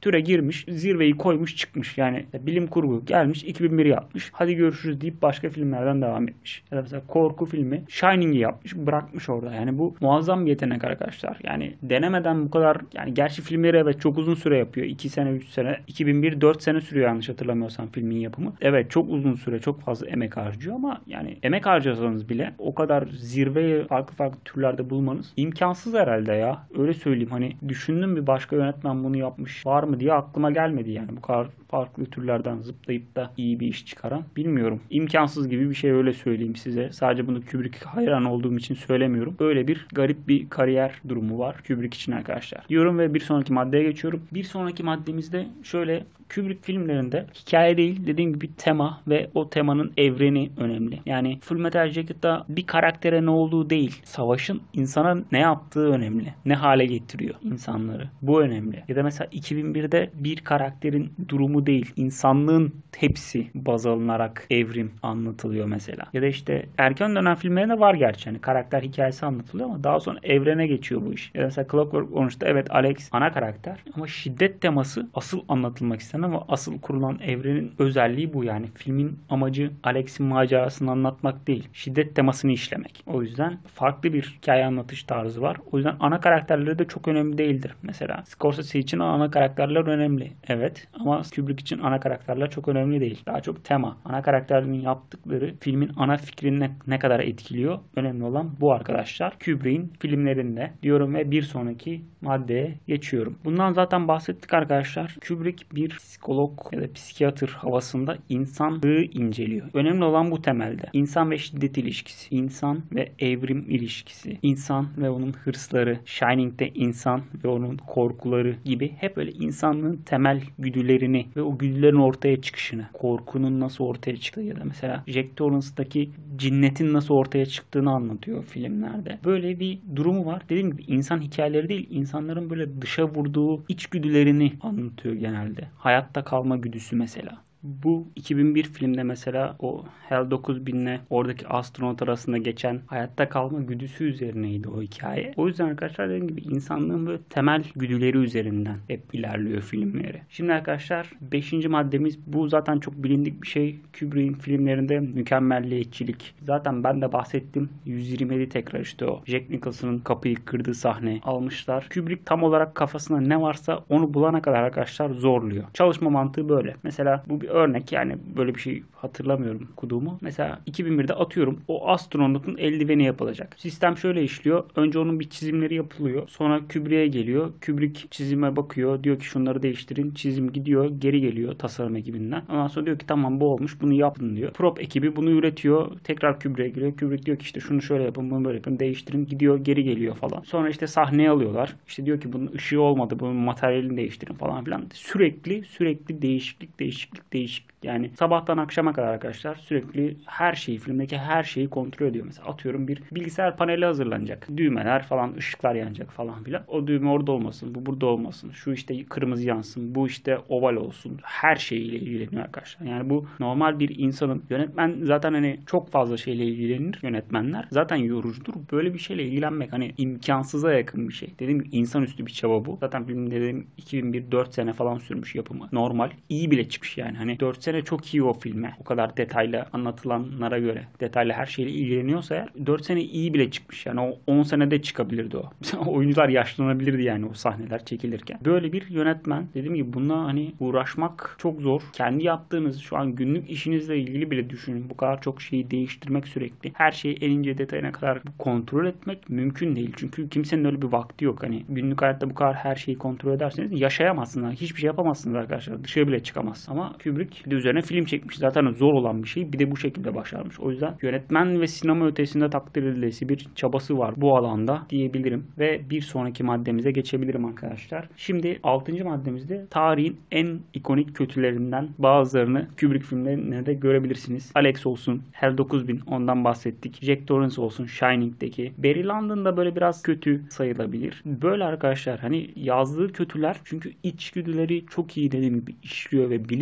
Türe girmiş, zirveyi koymuş çıkmış. Yani bilim kurgu gelmiş iki bin bir yapmış. Hadi görüşürüz deyip başka filmlerden devam etmiş. Ya da mesela korku filmi Shining'i yapmış, bırakmış orada. Yani bu muazzam bir yetenek arkadaşlar. Yani denemeden bu kadar, yani gerçi filmleri evet çok uzun süre yapıyor. iki sene, üç sene. iki bin bir dört sene sürüyor yanlış hatırlamıyorsam filmin yapımı. Evet çok uzun süre, çok fazla emek harcıyor ama yani emek harcasanız bile o kadar zirveyi farklı farklı türlerde bulmanız imkansız herhalde ya. Öyle söyleyeyim, hani düşündüm bir başka yönetmen bunu yapmış var mı diye, aklıma gelmedi yani. Bu kadar farklı türlerden zıplayıp da iyi bir iş çıkaran bilmiyorum. İmkansız gibi bir şey, öyle söyleyeyim size. Sadece bunu Kubrick hayran olduğum için söylemiyorum. Böyle bir garip bir kariyer durumu var Kubrick için arkadaşlar. Diyorum ve bir sonraki maddeye geçiyorum. Bir sonraki maddemizde şöyle: Kubrick filmlerinde hikaye değil, dediğim gibi tema ve o temanın evreni önemli. Yani Fullmetal Jacket'ta bir karaktere ne olduğu değil, savaşın insana ne yaptığı önemli. Ne hale getiriyor insanları. Bu önemli. Ya da mesela iki bin birde bir karakterin durumu değil, insanlığın hepsi baz alınarak evrim anlatılıyor mesela. Ya da işte erken dönem filmlerinde var gerçi, hani karakter hikayesi anlatılıyor ama daha sonra evrene geçiyor bu iş. Ya da mesela Clockwork Orange'da evet Alex ana karakter ama şiddet teması asıl anlatılmak istenen ama asıl kurulan evrenin özelliği bu yani. Filmin amacı Alex'in macerasını anlatmak değil, şiddet temasını işlemek. O yüzden farklı bir hikaye anlatış tarzı var. O yüzden ana karakterleri de çok önemli değildir. Mesela Scorsese için ana karakterler önemli. Evet ama Kubrick için ana karakterler çok önemli değil. Daha çok tema. Ana karakterlerin yaptıkları filmin ana fikrini ne, ne kadar etkiliyor? Önemli olan bu arkadaşlar. Kubrick'in filmlerinde diyorum ve bir sonraki maddeye geçiyorum. Bundan zaten bahsettik arkadaşlar. Kubrick bir psikolog ya da psikiyatr havasında insanlığı inceliyor. Önemli olan bu temelde. İnsan ve şiddet ilişkisi, insan ve evrim ilişkisi, insan ve onun hırsları, Shining'de insan ve onun korkuları gibi hep öyle insanlığın temel güdülerini ve o güdülerin ortaya çıkışını, korkunun nasıl ortaya çıktığı ya da mesela Jack Torrance'daki cinnetin nasıl ortaya çıktığını anlatıyor filmlerde. Böyle bir durumu var. Dediğim gibi insan hikayeleri değil, insanların böyle dışa vurduğu içgüdülerini anlatıyor genelde. Hayatta kalma güdüsü mesela. Bu iki bin bir filmde mesela o Hell dokuz bin ile oradaki astronot arasında geçen hayatta kalma güdüsü üzerineydi o hikaye. O yüzden arkadaşlar dediğim gibi insanlığın böyle temel güdüleri üzerinden hep ilerliyor filmleri. Şimdi arkadaşlar beşinci maddemiz, bu zaten çok bilindik bir şey. Kubrick'in filmlerinde mükemmelliyetçilik. Zaten ben de bahsettim. yüz yirmi yedi tekrar işte o Jack Nicholson'ın kapıyı kırdığı sahne almışlar. Kubrick tam olarak kafasında ne varsa onu bulana kadar arkadaşlar zorluyor. Çalışma mantığı böyle. Mesela bu bir örnek, yani böyle bir şey hatırlamıyorum okuduğumu. Mesela iki bin birde atıyorum o astronotun eldiveni yapılacak. Sistem şöyle işliyor. Önce onun bir çizimleri yapılıyor. Sonra Kubrick'e geliyor. Kubrick çizime bakıyor. Diyor ki şunları değiştirin. Çizim gidiyor. Geri geliyor tasarım ekibinden. Ondan sonra diyor ki tamam bu olmuş. Bunu yapın diyor. Prop ekibi bunu üretiyor. Tekrar Kubrick'e geliyor. Kubrick diyor ki işte şunu şöyle yapın. Bunu böyle yapın. Değiştirin. Gidiyor. Geri geliyor falan. Sonra işte sahneye alıyorlar. İşte diyor ki bunun ışığı olmadı. Bunun materyalini değiştirin falan filan. Sürekli sürekli değişiklik değişiklik değişiklik. Yani sabahtan akşama kadar arkadaşlar sürekli her şeyi, filmdeki her şeyi kontrol ediyor. Mesela atıyorum bir bilgisayar paneli hazırlanacak. Düğmeler falan, ışıklar yanacak falan filan. O düğme orada olmasın, bu burada olmasın. Şu işte kırmızı yansın, bu işte oval olsun. Her şeyiyle ilgileniyor arkadaşlar. Yani bu normal bir insanın, yönetmen zaten hani çok fazla şeyle ilgilenir yönetmenler. Zaten yorucudur. Böyle bir şeyle ilgilenmek hani imkansıza yakın bir şey. Dediğim gibi insanüstü bir çaba bu. Zaten film dediğim iki bin bir dört sene falan sürmüş yapımı. Normal. İyi bile çıkmış yani. Hani dört sene çok iyi o filme. O kadar detaylı anlatılanlara göre. Detaylı her şeyle ilgileniyorsa eğer dört sene iyi bile çıkmış. Yani o on senede çıkabilirdi o. Oyuncular yaşlanabilirdi yani o sahneler çekilirken. Böyle bir yönetmen. Dediğim gibi bununla hani uğraşmak çok zor. Kendi yaptığınız şu an günlük işinizle ilgili bile düşünün. Bu kadar çok şeyi değiştirmek sürekli. Her şeyi en ince detayına kadar kontrol etmek mümkün değil. Çünkü kimsenin öyle bir vakti yok. Hani günlük hayatta bu kadar her şeyi kontrol ederseniz yaşayamazsınız. Hiçbir şey yapamazsınız arkadaşlar. Dışarı bile çıkamazsınız. Ama Kubrick bir de üzerine film çekmiş. Zaten zor olan bir şey. Bir de bu şekilde başarmış. O yüzden yönetmen ve sinema ötesinde takdir edilesi bir çabası var bu alanda diyebilirim. Ve bir sonraki maddemize geçebilirim arkadaşlar. Şimdi altıncı maddemizde tarihin en ikonik kötülerinden bazılarını Kubrick filmlerinde de görebilirsiniz. Alex olsun, Hell dokuz bin ondan bahsettik. Jack Torrance olsun, Shining'deki. Barry Lyndon da böyle biraz kötü sayılabilir. Böyle arkadaşlar hani yazdığı kötüler çünkü içgüdüleri çok iyi dediğim gibi işliyor ve biliyor. O yüzden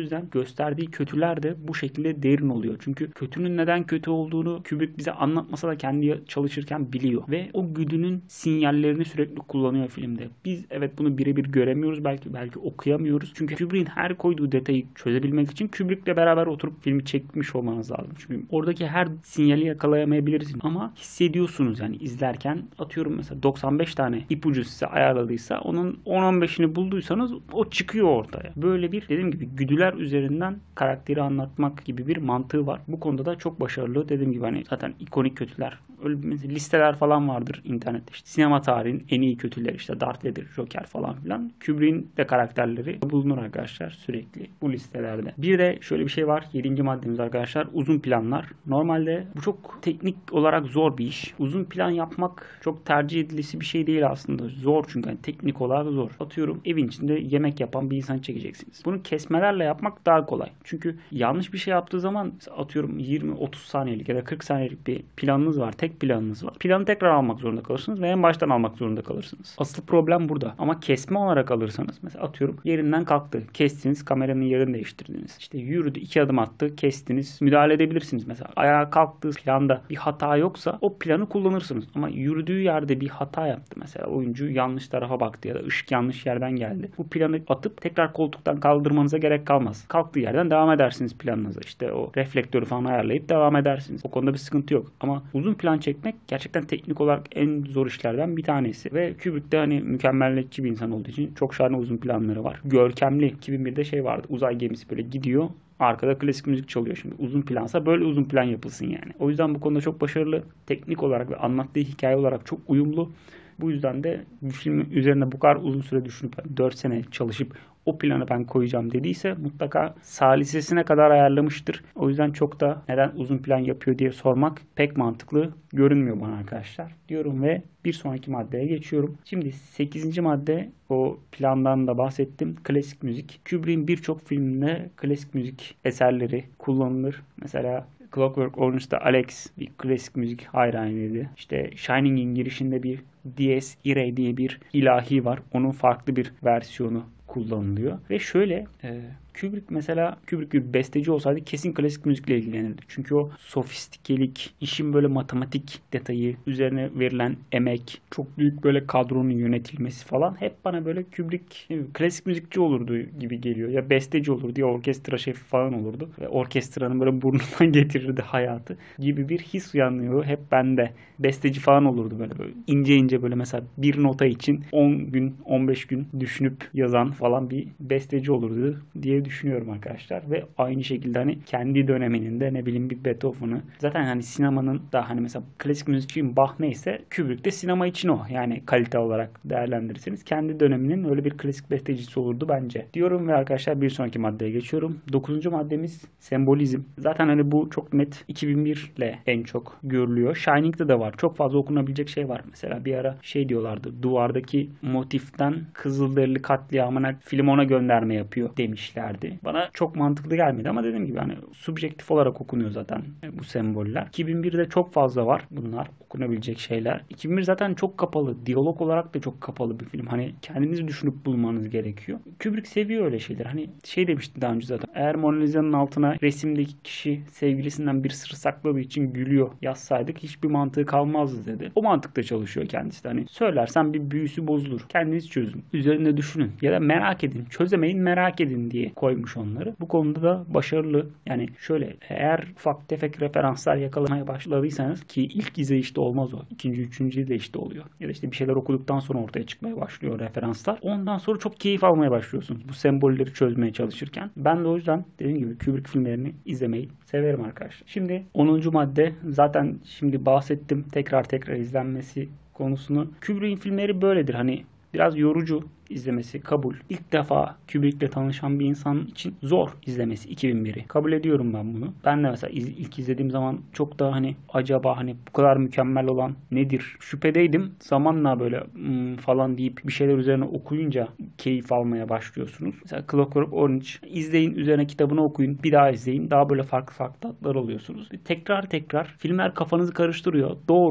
yüzden gösterdiği kötüler de bu şekilde derin oluyor. Çünkü kötünün neden kötü olduğunu Kubrick bize anlatmasa da kendi çalışırken biliyor. Ve o güdünün sinyallerini sürekli kullanıyor filmde. Biz evet bunu birebir göremiyoruz. Belki belki okuyamıyoruz. Çünkü Kubrick'in her koyduğu detayı çözebilmek için Kubrick'le beraber oturup filmi çekmiş olmanız lazım. Çünkü oradaki her sinyali yakalayamayabilirsiniz. Ama hissediyorsunuz yani izlerken. Atıyorum mesela doksan beş tane ipucu size ayarladıysa onun on on beşini bulduysanız o çıkıyor ortaya. Böyle bir dediğim gibi güdüler üzerinden karakteri anlatmak gibi bir mantığı var. Bu konuda da çok başarılı. Dediğim gibi hani zaten ikonik kötüler. Öyle mesela listeler falan vardır internette. İşte sinema tarihinin en iyi kötüleri işte Darth Vader, Joker falan filan. Kubrick'in de karakterleri bulunur arkadaşlar sürekli bu listelerde. Bir de şöyle bir şey var. Yedinci maddemiz arkadaşlar uzun planlar. Normalde bu çok teknik olarak zor bir iş. Uzun plan yapmak çok tercih edilisi bir şey değil aslında. Zor çünkü yani teknik olarak zor. Atıyorum evin içinde yemek yapan bir insan çekeceksiniz. Bunu kesmelerle yapmak daha kolay. Çünkü yanlış bir şey yaptığı zaman atıyorum yirmi otuz saniyelik ya da kırk saniyelik bir planınız var. Tek planınız var. Planı tekrar almak zorunda kalırsınız ve en baştan almak zorunda kalırsınız. Asıl problem burada. Ama kesme olarak alırsanız mesela atıyorum yerinden kalktı. Kestiniz, kameranın yerini değiştirdiniz. İşte yürüdü, iki adım attı, kestiniz. Müdahale edebilirsiniz mesela. Ayağa kalktığı planda bir hata yoksa o planı kullanırsınız. Ama yürüdüğü yerde bir hata yaptı mesela. Oyuncu yanlış tarafa baktı ya da ışık yanlış yerden geldi. Bu planı atıp tekrar koltuktan kaldırmanıza gerek kalmaz. Kalktığı yerden devam edersiniz planınıza. İşte o reflektörü falan ayarlayıp devam edersiniz. O konuda bir sıkıntı yok. Ama uzun plan çekmek gerçekten teknik olarak en zor işlerden bir tanesi. Ve Kubrick de hani mükemmelliyetçi bir insan olduğu için çok şahane uzun planları var. Görkemli. iki bin birde şey vardı. Uzay gemisi böyle gidiyor. Arkada klasik müzik çalıyor şimdi. Uzun plansa böyle uzun plan yapılsın yani. O yüzden bu konuda çok başarılı. Teknik olarak ve anlattığı hikaye olarak çok uyumlu. Bu yüzden de bu filmin üzerine bu kadar uzun süre düşünüp dört sene çalışıp o planı ben koyacağım dediyse mutlaka salisesine kadar ayarlamıştır. O yüzden çok da neden uzun plan yapıyor diye sormak pek mantıklı görünmüyor bana arkadaşlar diyorum ve bir sonraki maddeye geçiyorum. Şimdi sekizinci madde o plandan da bahsettim. Klasik müzik. Kubrick'in birçok filminde klasik müzik eserleri kullanılır. Mesela Clockwork Orange'da Alex bir klasik müzik hayranıydı. İşte Shining'in girişinde bir Dies Irae diye bir ilahi var. Onun farklı bir versiyonu kullanılıyor. Ve şöyle e, Kubrick mesela Kubrick bir besteci olsaydı kesin klasik müzikle ilgilenirdi. Çünkü o sofistikelik, işin böyle matematik detayı, üzerine verilen emek, çok büyük böyle kadronun yönetilmesi falan hep bana böyle Kubrick klasik müzikçi olurdu gibi geliyor. Ya besteci olurdu ya orkestra şefi falan olurdu. Ve orkestranın böyle burnundan getirirdi hayatı gibi bir his uyanıyor hep bende. Besteci falan olurdu böyle, böyle ince ince böyle mesela bir nota için on gün on beş gün düşünüp yazan falan bir besteci olurdu diye düşünüyorum arkadaşlar ve aynı şekilde hani kendi döneminin de ne bileyim bir Beethoven'ı zaten hani sinemanın da hani mesela klasik müzik için Bach neyse Kubrick de sinema için o yani kalite olarak değerlendirirseniz kendi döneminin öyle bir klasik bestecisi olurdu bence diyorum ve arkadaşlar bir sonraki maddeye geçiyorum. Dokuzuncu maddemiz sembolizm. Zaten hani bu çok net iki bin bir ile en çok görülüyor. Shining'de de var. Çok fazla okunabilecek şey var. Mesela bir ara şey diyorlardı. Duvardaki motiften Kızılderili katliamına film ona gönderme yapıyor demişler. Bana çok mantıklı gelmedi ama dediğim gibi hani subjektif olarak okunuyor zaten bu semboller. iki bin birde çok fazla var bunlar okunabilecek şeyler. iki bin bir zaten çok kapalı. Diyalog olarak da çok kapalı bir film. Hani kendiniz düşünüp bulmanız gerekiyor. Kubrick seviyor öyle şeyler. Hani şey demişti daha önce zaten. Eğer Mona Lisa'nın altına resimdeki kişi sevgilisinden bir sır sakladığı için gülüyor yazsaydık hiçbir mantığı kalmazdı dedi. O mantıkta çalışıyor kendisi de. Hani söylersen bir büyüsü bozulur. Kendiniz çözün. Üzerinde düşünün. Ya da merak edin. Çözemeyin merak edin diye koymuş onları. Bu konuda da başarılı. Yani şöyle eğer ufak tefek referanslar yakalamaya başladıysanız ki ilk izleyişte olmaz o. İkinci, üçüncü de işte oluyor. Ya da işte bir şeyler okuduktan sonra ortaya çıkmaya başlıyor referanslar. Ondan sonra çok keyif almaya başlıyorsunuz. Bu sembolleri çözmeye çalışırken. Ben de o yüzden dediğim gibi Kubrick filmlerini izlemeyi severim arkadaşlar. Şimdi onuncu madde zaten şimdi bahsettim. Tekrar tekrar izlenmesi konusunu. Kubrick'in filmleri böyledir. Hani biraz yorucu izlemesi kabul. İlk defa Kubrick'le tanışan bir insan için zor izlemesi iki bin biri. Kabul ediyorum ben bunu. Ben de mesela iz, ilk izlediğim zaman çok daha hani acaba hani bu kadar mükemmel olan nedir? Şüphedeydim. Zamanla böyle hmm, falan deyip bir şeyler üzerine okuyunca keyif almaya başlıyorsunuz. Mesela Clockwork Orange izleyin, üzerine kitabını okuyun, bir daha izleyin. Daha böyle farklı farklı tatlar oluyorsunuz. Tekrar tekrar filmler kafanızı karıştırıyor. Doğru.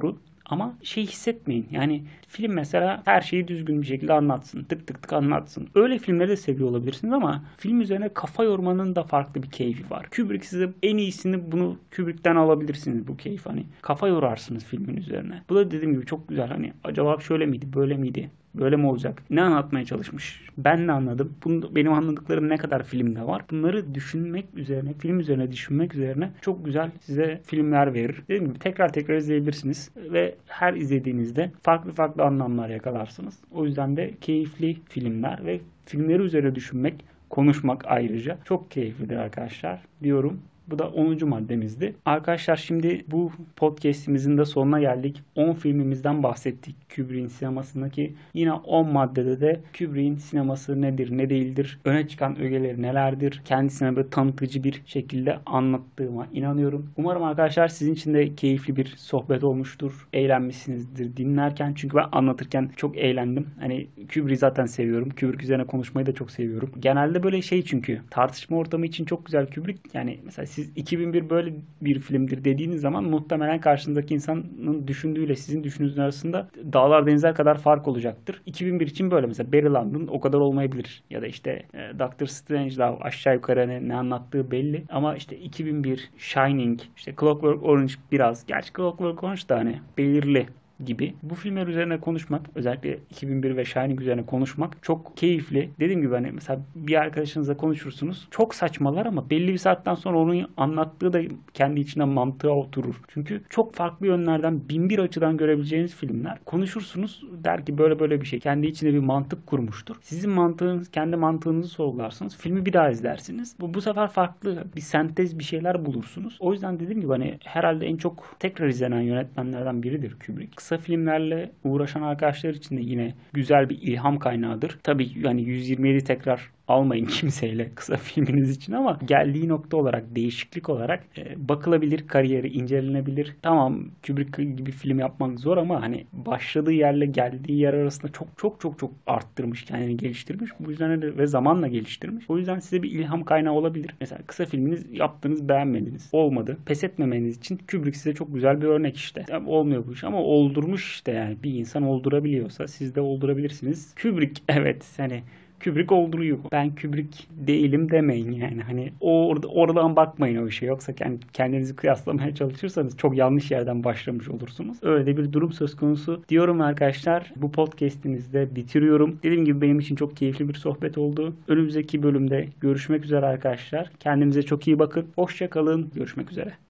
ama şey hissetmeyin. Yani film mesela her şeyi düzgün bir şekilde anlatsın. Tık tık tık anlatsın. Öyle filmleri de seviyor olabilirsiniz ama film üzerine kafa yormanın da farklı bir keyfi var. Kubrick size en iyisini bunu Kubrick'ten alabilirsiniz bu keyif. Hani kafa yorarsınız filmin üzerine. Bu da dediğim gibi çok güzel. Hani acaba şöyle miydi, böyle miydi? Böyle mi olacak? Ne anlatmaya çalışmış? Ben ne anladım? Bunu, benim anladıklarım ne kadar filmde var? Bunları düşünmek üzerine, film üzerine düşünmek üzerine çok güzel size filmler verir. Dediğim gibi tekrar tekrar izleyebilirsiniz. Ve her izlediğinizde farklı farklı anlamlar yakalarsınız. O yüzden de keyifli filmler ve filmleri üzerine düşünmek, konuşmak ayrıca çok keyiflidir arkadaşlar diyorum. Bu da onuncu maddemizdi. Arkadaşlar şimdi bu podcast'imizin de sonuna geldik. on filmimizden bahsettik Kubrick'in sinemasındaki. Yine on maddede de Kubrick'in sineması nedir, ne değildir, öne çıkan ögeleri nelerdir, kendisine böyle tanıtıcı bir şekilde anlattığıma inanıyorum. Umarım arkadaşlar sizin için de keyifli bir sohbet olmuştur. Eğlenmişsinizdir dinlerken. Çünkü ben anlatırken çok eğlendim. Hani Kubrick'i zaten seviyorum. Kubrick üzerine konuşmayı da çok seviyorum. Genelde böyle şey çünkü tartışma ortamı için çok güzel Kubrick. Yani mesela siz iki bin bir böyle bir filmdir dediğiniz zaman muhtemelen karşınızdaki insanın düşündüğüyle sizin düşündüğünüz arasında dağlar denizler kadar fark olacaktır. iki bin bir için böyle mesela Barry Lyndon o kadar olmayabilir. Ya da işte e, Doctor Strangelove aşağı yukarı ne, ne anlattığı belli. Ama işte iki bin bir, Shining, işte Clockwork Orange biraz. Gerçi Clockwork Orange da hani belirli gibi. Bu filmler üzerine konuşmak, özellikle iki bin bir ve Shining üzerine konuşmak çok keyifli. Dediğim gibi hani mesela bir arkadaşınızla konuşursunuz. Çok saçmalar ama belli bir saatten sonra onun anlattığı da kendi içine mantığa oturur. Çünkü çok farklı yönlerden bin bir açıdan görebileceğiniz filmler. Konuşursunuz der ki böyle böyle bir şey. Kendi içinde bir mantık kurmuştur. Sizin mantığınız, kendi mantığınızı sorgularsınız. Filmi bir daha izlersiniz. Bu, bu sefer farklı bir sentez bir şeyler bulursunuz. O yüzden dediğim gibi hani herhalde en çok tekrar izlenen yönetmenlerden biridir Kubrick. Kısa filmlerle uğraşan arkadaşlar için de yine güzel bir ilham kaynağıdır. Tabii yani yüz yirmi yedi tekrar almayın kimseyle kısa filminiz için ama geldiği nokta olarak, değişiklik olarak e, bakılabilir, kariyeri incelenebilir. Tamam Kubrick gibi film yapmak zor ama hani başladığı yerle geldiği yer arasında çok çok çok çok arttırmış, kendini geliştirmiş. Bu yüzden de ve zamanla geliştirmiş. O yüzden size bir ilham kaynağı olabilir. Mesela kısa filminiz yaptınız, beğenmediniz. Olmadı. Pes etmemeniz için Kubrick size çok güzel bir örnek işte. Yani olmuyor bu iş ama oldurmuş işte yani. Bir insan oldurabiliyorsa siz de oldurabilirsiniz. Kubrick evet hani Kubrick olduruyor. Ben Kubrick değilim demeyin yani. Hani orada oradan bakmayın o işe. Yoksa kendinizi kıyaslamaya çalışırsanız çok yanlış yerden başlamış olursunuz. Öyle bir durum söz konusu diyorum arkadaşlar. Bu podcast'imizi de bitiriyorum. Dediğim gibi benim için çok keyifli bir sohbet oldu. Önümüzdeki bölümde görüşmek üzere arkadaşlar. Kendinize çok iyi bakın. Hoşça kalın. Görüşmek üzere.